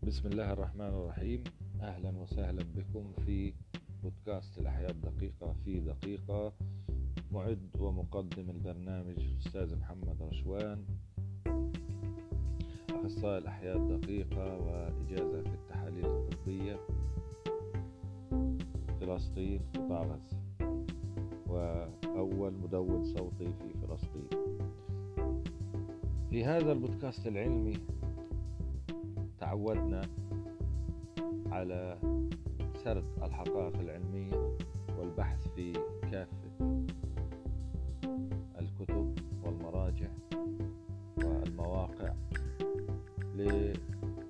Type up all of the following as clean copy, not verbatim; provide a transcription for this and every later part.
بسم الله الرحمن الرحيم. أهلا وسهلا بكم في بودكاست الأحياء الدقيقة في دقيقة. معد ومقدم البرنامج أستاذ محمد رشوان، أخصائي الأحياء الدقيقة وإجازة في التحاليل الطبية، فلسطين، قطاع غزة، وأول مدون صوتي في فلسطين. في هذا البودكاست العلمي تعودنا على سرد الحقائق العلمية والبحث في كافة الكتب والمراجع والمواقع لكي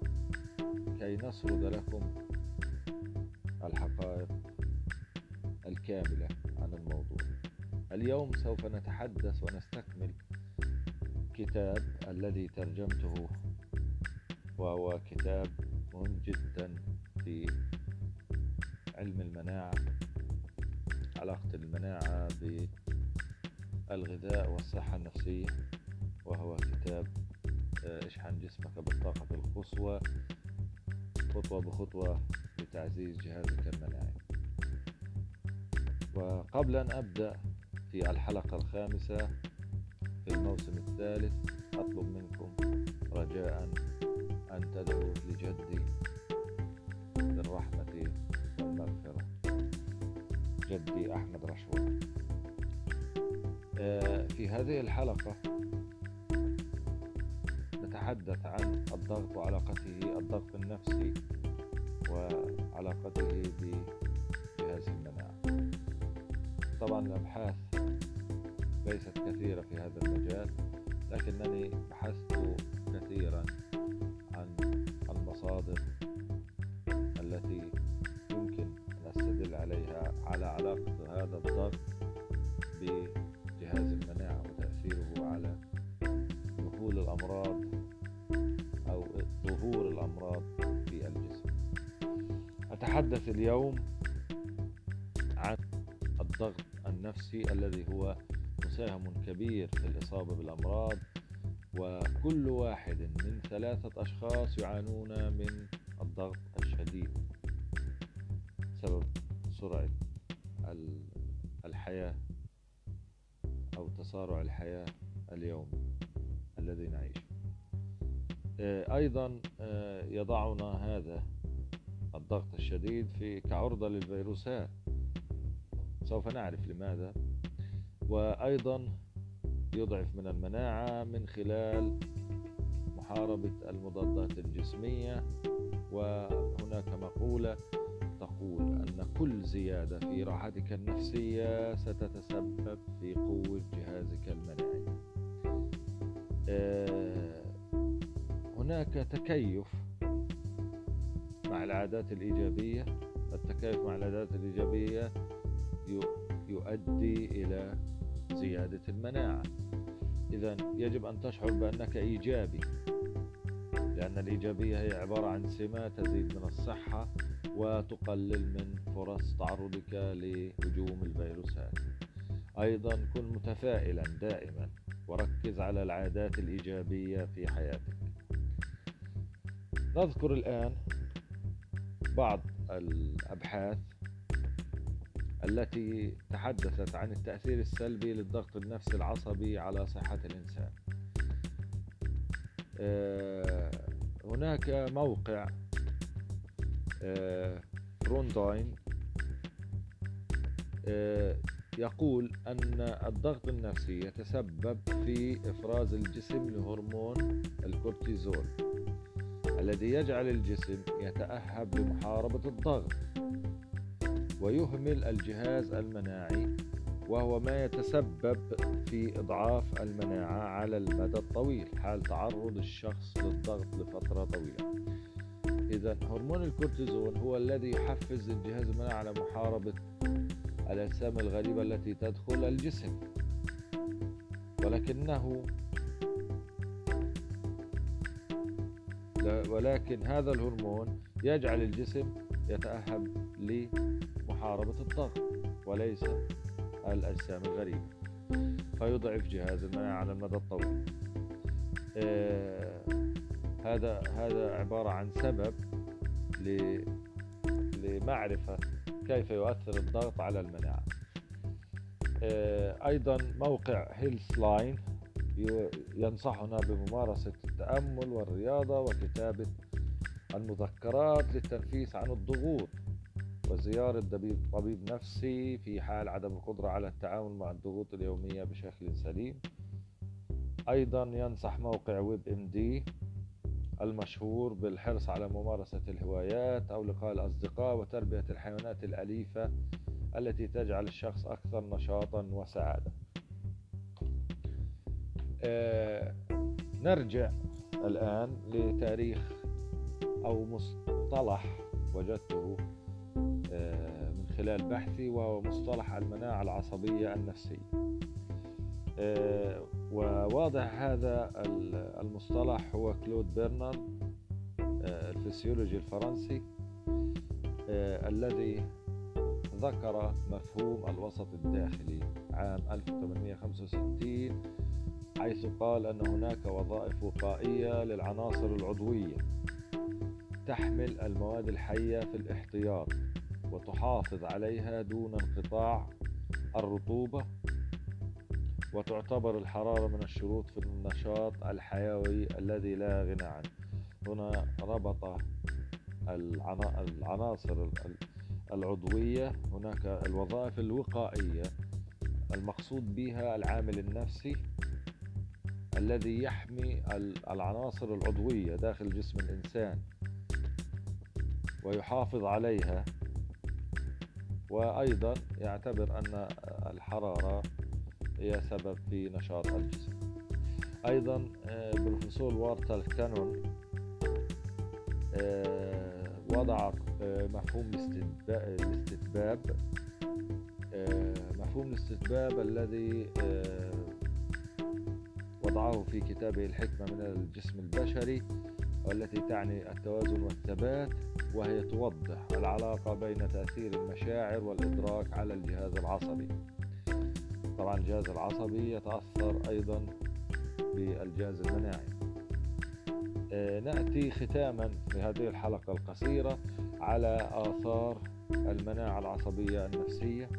نسرد لكم الحقائق الكاملة عن الموضوع. اليوم سوف نتحدث ونستكمل كتاب الذي ترجمته، وهو كتاب مهم جدا في علم المناعة، علاقة المناعة بالغذاء والصحة النفسية، وهو كتاب اشحن جسمك بالطاقة القصوى خطوة بخطوة لتعزيز جهازك المناعي. وقبل أن أبدأ في الحلقة الخامسة في الموسم الثالث، أطلب منكم رجاء أن تدعوا لجدي بالرحمة والمغفرة، جدي أحمد رشوان. في هذه الحلقة نتحدث عن الضغط وعلاقته، الضغط النفسي وعلاقته بجهاز المناعة. طبعا الأبحاث ليست كثيرة في هذا المجال، لكنني بحثت كثيرا عن المصادر التي يمكن أن أستدل عليها على علاقة هذا الضغط بجهاز المناعة وتأثيره على دخول الأمراض أو ظهور الأمراض في الجسم. أتحدث اليوم عن الضغط النفسي الذي هو مساهم كبير في الإصابة بالأمراض، وكل واحد من 3 أشخاص يعانون من الضغط الشديد بسبب سرعة الحياة أو تسارع الحياة اليومي الذي نعيشه. أيضا يضعنا هذا الضغط الشديد كعرضة للفيروسات، سوف نعرف لماذا. وأيضا يضعف من المناعة من خلال محاربة المضادات الجسمية. وهناك مقولة تقول أن كل زيادة في راحتك النفسية ستتسبب في قوة جهازك المناعي. هناك تكيف مع العادات الإيجابية. التكيف مع العادات الإيجابية يؤدي إلى زيادة المناعة. إذن يجب أن تشعر بأنك إيجابي، لأن الإيجابية هي عبارة عن سمة تزيد من الصحة وتقلل من فرص تعرضك لهجوم الفيروسات. أيضا كن متفائلا دائما وركز على العادات الإيجابية في حياتك. نذكر الآن بعض الأبحاث التي تحدثت عن التأثير السلبي للضغط النفسي العصبي على صحة الإنسان. هناك موقع رونداين يقول أن الضغط النفسي يتسبب في إفراز الجسم لهرمون الكورتيزول الذي يجعل الجسم يتأهب لمحاربة الضغط ويهمل الجهاز المناعي، وهو ما يتسبب في إضعاف المناعة على المدى الطويل حال تعرض الشخص للضغط لفترة طويلة. إذن هرمون الكورتيزون هو الذي يحفز الجهاز المناعي على محاربة الأجسام الغريبة التي تدخل الجسم، ولكن هذا الهرمون يجعل الجسم يتأهب لمحاربة الضغط وليس الأجسام الغريبة، فيضعف جهاز المناعة على المدى الطويل. هذا عبارة عن سبب لمعرفة كيف يؤثر الضغط على المناعة. أيضا موقع هيلث لاين ينصحنا بممارسة التأمل والرياضة وكتابة المذكرات للتنفيس عن الضغوط، وزيارة طبيب نفسي في حال عدم القدرة على التعامل مع الضغوط اليومية بشكل سليم. أيضا ينصح موقع ويب ام دي المشهور بالحرص على ممارسة الهوايات أو لقاء الأصدقاء وتربية الحيوانات الأليفة التي تجعل الشخص أكثر نشاطا وسعادة. نرجع الآن لتاريخ أو مصطلح وجدته من خلال بحثي، وهو مصطلح المناعة العصبية النفسية. وواضح هذا المصطلح هو كلود برنر الفسيولوجي الفرنسي الذي ذكر مفهوم الوسط الداخلي عام 1865، حيث قال أن هناك وظائف وقائية للعناصر العضوية تحمل المواد الحية في الاحتياط وتحافظ عليها دون انقطاع الرطوبة، وتعتبر الحرارة من الشروط في النشاط الحيوي الذي لا غنى عنه. هنا ربط العناصر العضوية، هناك الوظائف الوقائية المقصود بها العامل النفسي الذي يحمي العناصر العضوية داخل جسم الإنسان ويحافظ عليها، وأيضا يعتبر أن الحرارة هي سبب في نشاط الجسم. أيضا بروفيسور والتر كانون وضع مفهوم الاستتباب. مفهوم الاستتباب الذي وضعه في كتابه الحكمة من الجسم البشري، والتي تعني التوازن والثبات، وهي توضح العلاقة بين تأثير المشاعر والإدراك على الجهاز العصبي. طبعا الجهاز العصبي يتأثر أيضا بالجهاز المناعي. نأتي ختاما لهذه الحلقة القصيرة على آثار المناعة العصبية النفسية.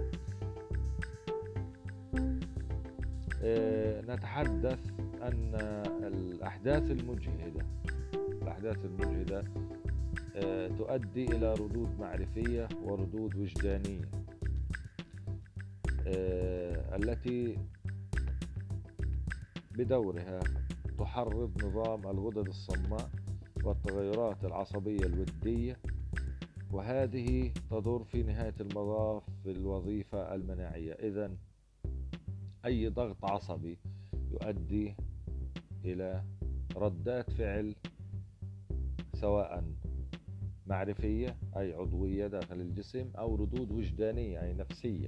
نتحدث أن الأحداث المجهدة تؤدي إلى ردود معرفية وردود وجدانية التي بدورها تحرض نظام الغدد الصماء والتغيرات العصبية الودية، وهذه تضر في نهاية المطاف بالوظيفة المناعية. إذن أي ضغط عصبي يؤدي إلى ردات فعل سواء معرفية أي عضوية داخل الجسم، أو ردود وجدانية أي نفسية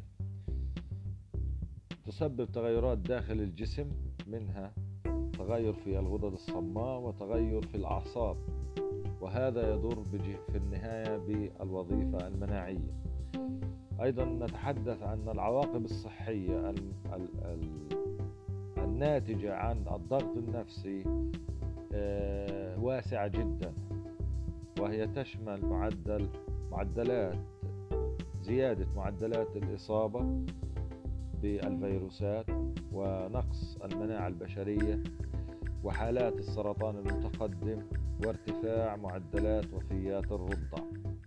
تسبب تغيرات داخل الجسم، منها تغير في الغدد الصماء وتغير في الأعصاب، وهذا يضر في النهاية بالوظيفة المناعية. أيضا نتحدث عن العواقب الصحية الناتجة عن الضغط النفسي واسعة جدا، وهي تشمل زيادة معدلات الإصابة بالفيروسات، ونقص المناعة البشرية، وحالات السرطان المتقدم، وارتفاع معدلات وفيات الرضع.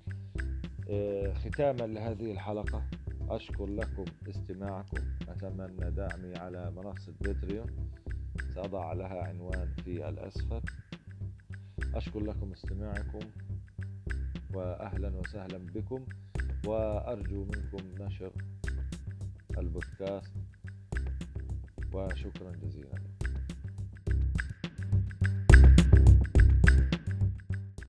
ختاما لهذه الحلقة أشكر لكم استماعكم. أتمنى دعمي على منصة باتريون، سأضع لها عنوان في الأسفل. أشكر لكم استماعكم، وأهلا وسهلا بكم، وأرجو منكم نشر البودكاست، وشكرا جزيلا.